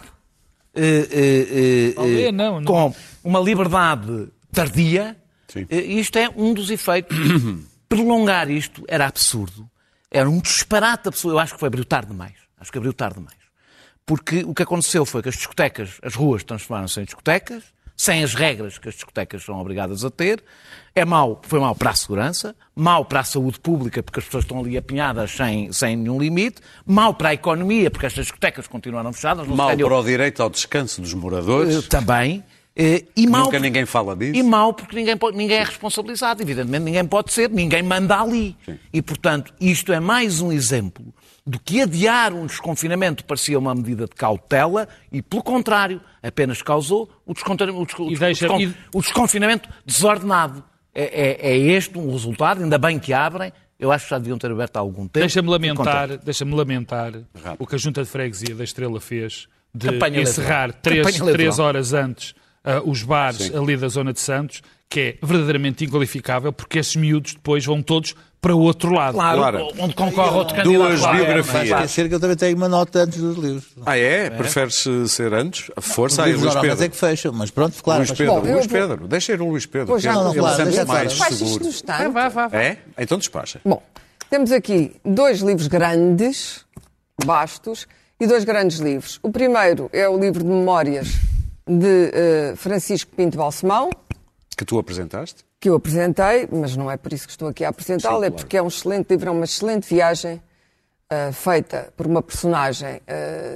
Com uma liberdade tardia. Sim. Isto é um dos efeitos. Prolongar isto era absurdo. Era um disparate absurdo. Eu acho que foi abriu tarde demais. Porque o que aconteceu foi que as discotecas, as ruas transformaram-se em discotecas, sem as regras que as discotecas são obrigadas a ter. Foi mau para a segurança, mau para a saúde pública, porque as pessoas estão ali apinhadas sem nenhum limite, mau para a economia, porque estas discotecas continuaram fechadas. Mau para o direito ao descanso dos moradores. Também. Ninguém fala disso. E mau porque ninguém é responsabilizado. Evidentemente ninguém pode ser, ninguém manda ali. Sim. E, portanto, isto é mais um exemplo do que adiar um desconfinamento parecia uma medida de cautela e, pelo contrário, apenas causou o desconfinamento desordenado. É este um resultado, ainda bem que abrem. Eu acho que já deviam ter aberto há algum tempo. Deixa-me lamentar o que a Junta de Freguesia da Estrela fez de encerrar 3 horas antes os bares Sim. ali da zona de Santos, que é verdadeiramente inqualificável, porque esses miúdos depois vão todos para o outro lado. Claro. Onde concorre outro candidato. Duas biografias. Vai esquecer que eu também tenho uma nota antes dos livros. Preferes ser antes? A força Os aí, livros Luís Pedro. é que fecham, mas pronto, claro. Luís Pedro. Deixa ir o Luís Pedro. Mais seguro. É? Então despacha. Bom, temos aqui 2 livros grandes, bastos, e 2 grandes livros. O primeiro é o livro de memórias de Francisco Pinto Balsemão. Que tu apresentaste? que eu apresentei, mas não é por isso que estou aqui a apresentá-lo, claro. É porque é um excelente livro, é uma excelente viagem feita por uma personagem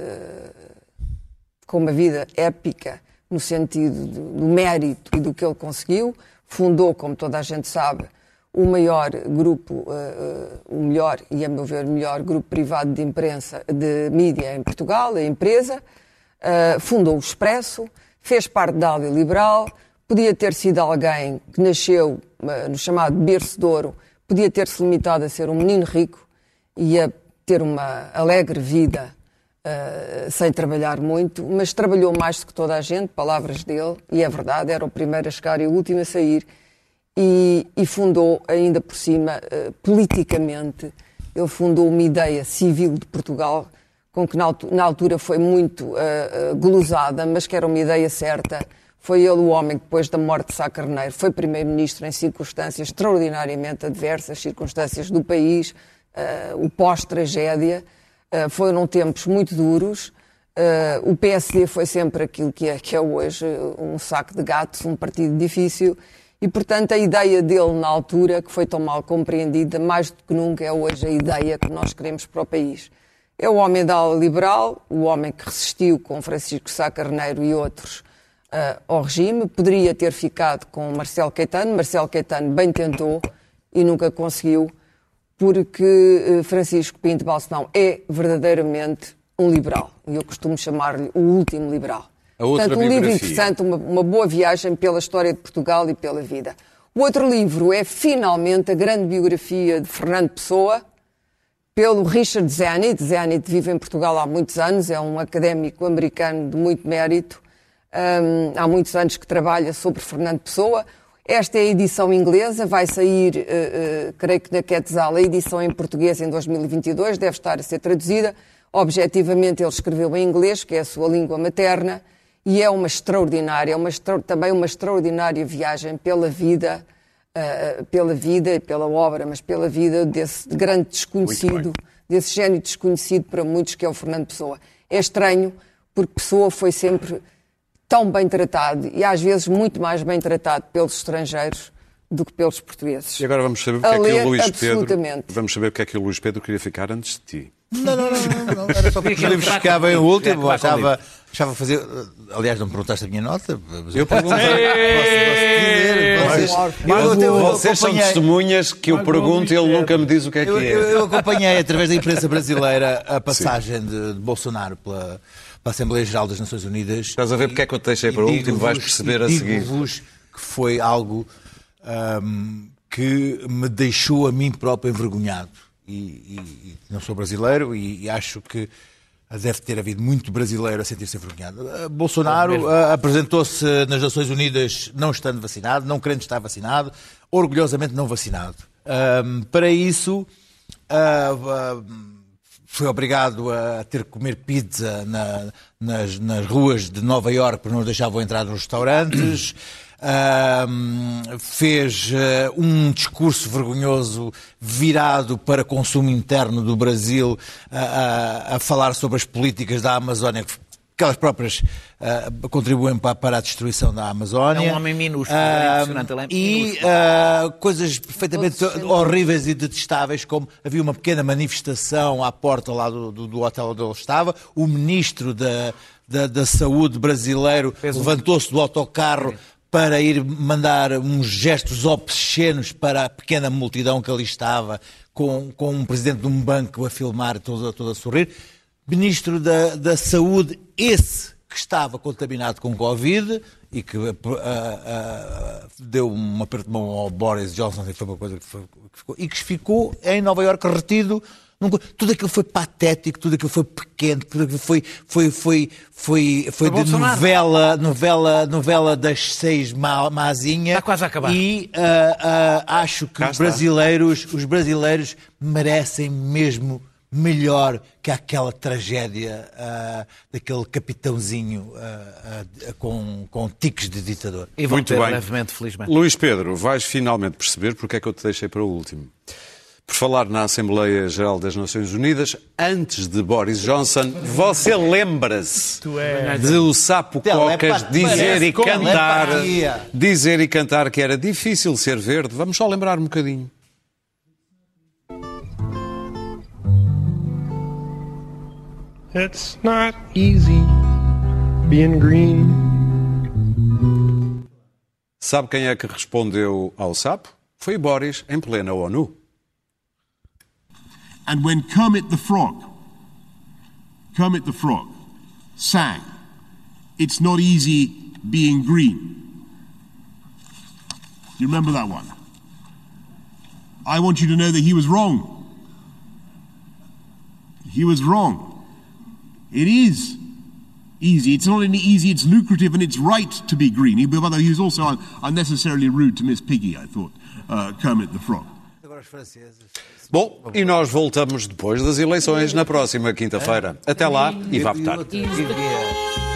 com uma vida épica, no sentido do mérito e do que ele conseguiu. Fundou, como toda a gente sabe, o maior grupo, o melhor e, a meu ver, o melhor grupo privado de imprensa, de mídia em Portugal, a empresa. Fundou o Expresso, fez parte da ala liberal, podia ter sido alguém que nasceu no chamado berço de ouro, podia ter-se limitado a ser um menino rico e a ter uma alegre vida sem trabalhar muito, mas trabalhou mais do que toda a gente, palavras dele, e é verdade, era o primeiro a chegar e o último a sair, e fundou, ainda por cima, politicamente, ele fundou uma ideia civil de Portugal, com que na altura foi muito glosada, mas que era uma ideia certa. Foi ele o homem que, depois da morte de Sá Carneiro, foi primeiro-ministro em circunstâncias extraordinariamente adversas, circunstâncias do país, o pós-tragédia. Foram tempos muito duros. O PSD foi sempre aquilo que é hoje, um saco de gatos, um partido difícil. E, portanto, a ideia dele na altura, que foi tão mal compreendida, mais do que nunca é hoje a ideia que nós queremos para o país. É o homem da ala liberal, o homem que resistiu com Francisco Sá Carneiro e outros ao regime. Poderia ter ficado com Marcelo Caetano. Marcelo Caetano bem tentou e nunca conseguiu, porque Francisco Pinto Balsemão é verdadeiramente um liberal. E eu costumo chamar-lhe o último liberal. Portanto, um livro interessante, uma boa viagem pela história de Portugal e pela vida. O outro livro é, finalmente, a grande biografia de Fernando Pessoa, pelo Richard Zenit. Zenit vive em Portugal há muitos anos, é um académico americano de muito mérito. Há muitos anos que trabalha sobre Fernando Pessoa. Esta é a edição inglesa, vai sair, creio que na Quetzal, a edição em português em 2022, deve estar a ser traduzida. Objetivamente ele escreveu em inglês, que é a sua língua materna, e é uma extraordinária, também uma extraordinária viagem pela vida e pela obra, mas pela vida desse grande desconhecido, desse gênio desconhecido para muitos, que é o Fernando Pessoa. É estranho, porque Pessoa foi sempre tão bem tratado, e às vezes muito mais bem tratado pelos estrangeiros do que pelos portugueses. E agora vamos saber porque é que o Luís Pedro queria ficar antes de ti. Não. Era só porque os livros ficavam em último. Achava fazer. Aliás, não me perguntaste a minha nota. Eu perguntei. Vocês são testemunhas que eu pergunto e ele nunca me diz o que é que é. Eu acompanhei, através da imprensa brasileira, a passagem de Bolsonaro para a Assembleia Geral das Nações Unidas. Estás a ver porque é que eu te deixei para o último, vais perceber a seguir. Digo-vos que foi algo que me deixou a mim próprio envergonhado. E não sou brasileiro e acho que deve ter havido muito brasileiro a sentir-se envergonhado. Bolsonaro apresentou-se nas Nações Unidas não estando vacinado, não querendo estar vacinado, orgulhosamente não vacinado. Para isso, foi obrigado a ter que comer pizza nas ruas de Nova Iorque, porque não os deixavam entrar nos restaurantes. Fez um discurso vergonhoso virado para consumo interno do Brasil, a falar sobre as políticas da Amazónia, que elas próprias contribuem para a destruição da Amazónia. É um homem minúsculo, impressionante. E coisas perfeitamente horríveis e detestáveis, como havia uma pequena manifestação à porta lá do hotel onde ele estava. O ministro da Saúde brasileiro levantou-se do autocarro para ir mandar uns gestos obscenos para a pequena multidão que ali estava, com um presidente de um banco a filmar, todo a sorrir. Ministro da Saúde, esse que estava contaminado com Covid e que deu um aperto de mão ao Boris Johnson, que foi uma coisa que ficou em Nova Iorque retido. Tudo aquilo foi patético, tudo aquilo foi pequeno, tudo aquilo foi de novela das 6 mazinha. Está quase a acabar. E acho que os brasileiros merecem mesmo melhor que aquela tragédia daquele capitãozinho com tiques de ditador. E vão ter brevemente, felizmente. Luís Pedro, vais finalmente perceber porque é que eu te deixei para o último. Por falar na Assembleia Geral das Nações Unidas, antes de Boris Johnson, você lembra-se de o Sapo Cocas dizer e cantar que era difícil ser verde? Vamos só lembrar um bocadinho. It's not easy being green. Sabe quem é que respondeu ao Sapo? Foi Boris, em plena ONU. And when Kermit the Frog sang, "It's not easy being green." You remember that one? I want you to know that he was wrong. He was wrong. It is easy. It's not only easy, it's lucrative and it's right to be green. He was also unnecessarily rude to Miss Piggy, I thought, Kermit the Frog. Bom, e nós voltamos depois das eleições na próxima quinta-feira. Até lá e vá votar.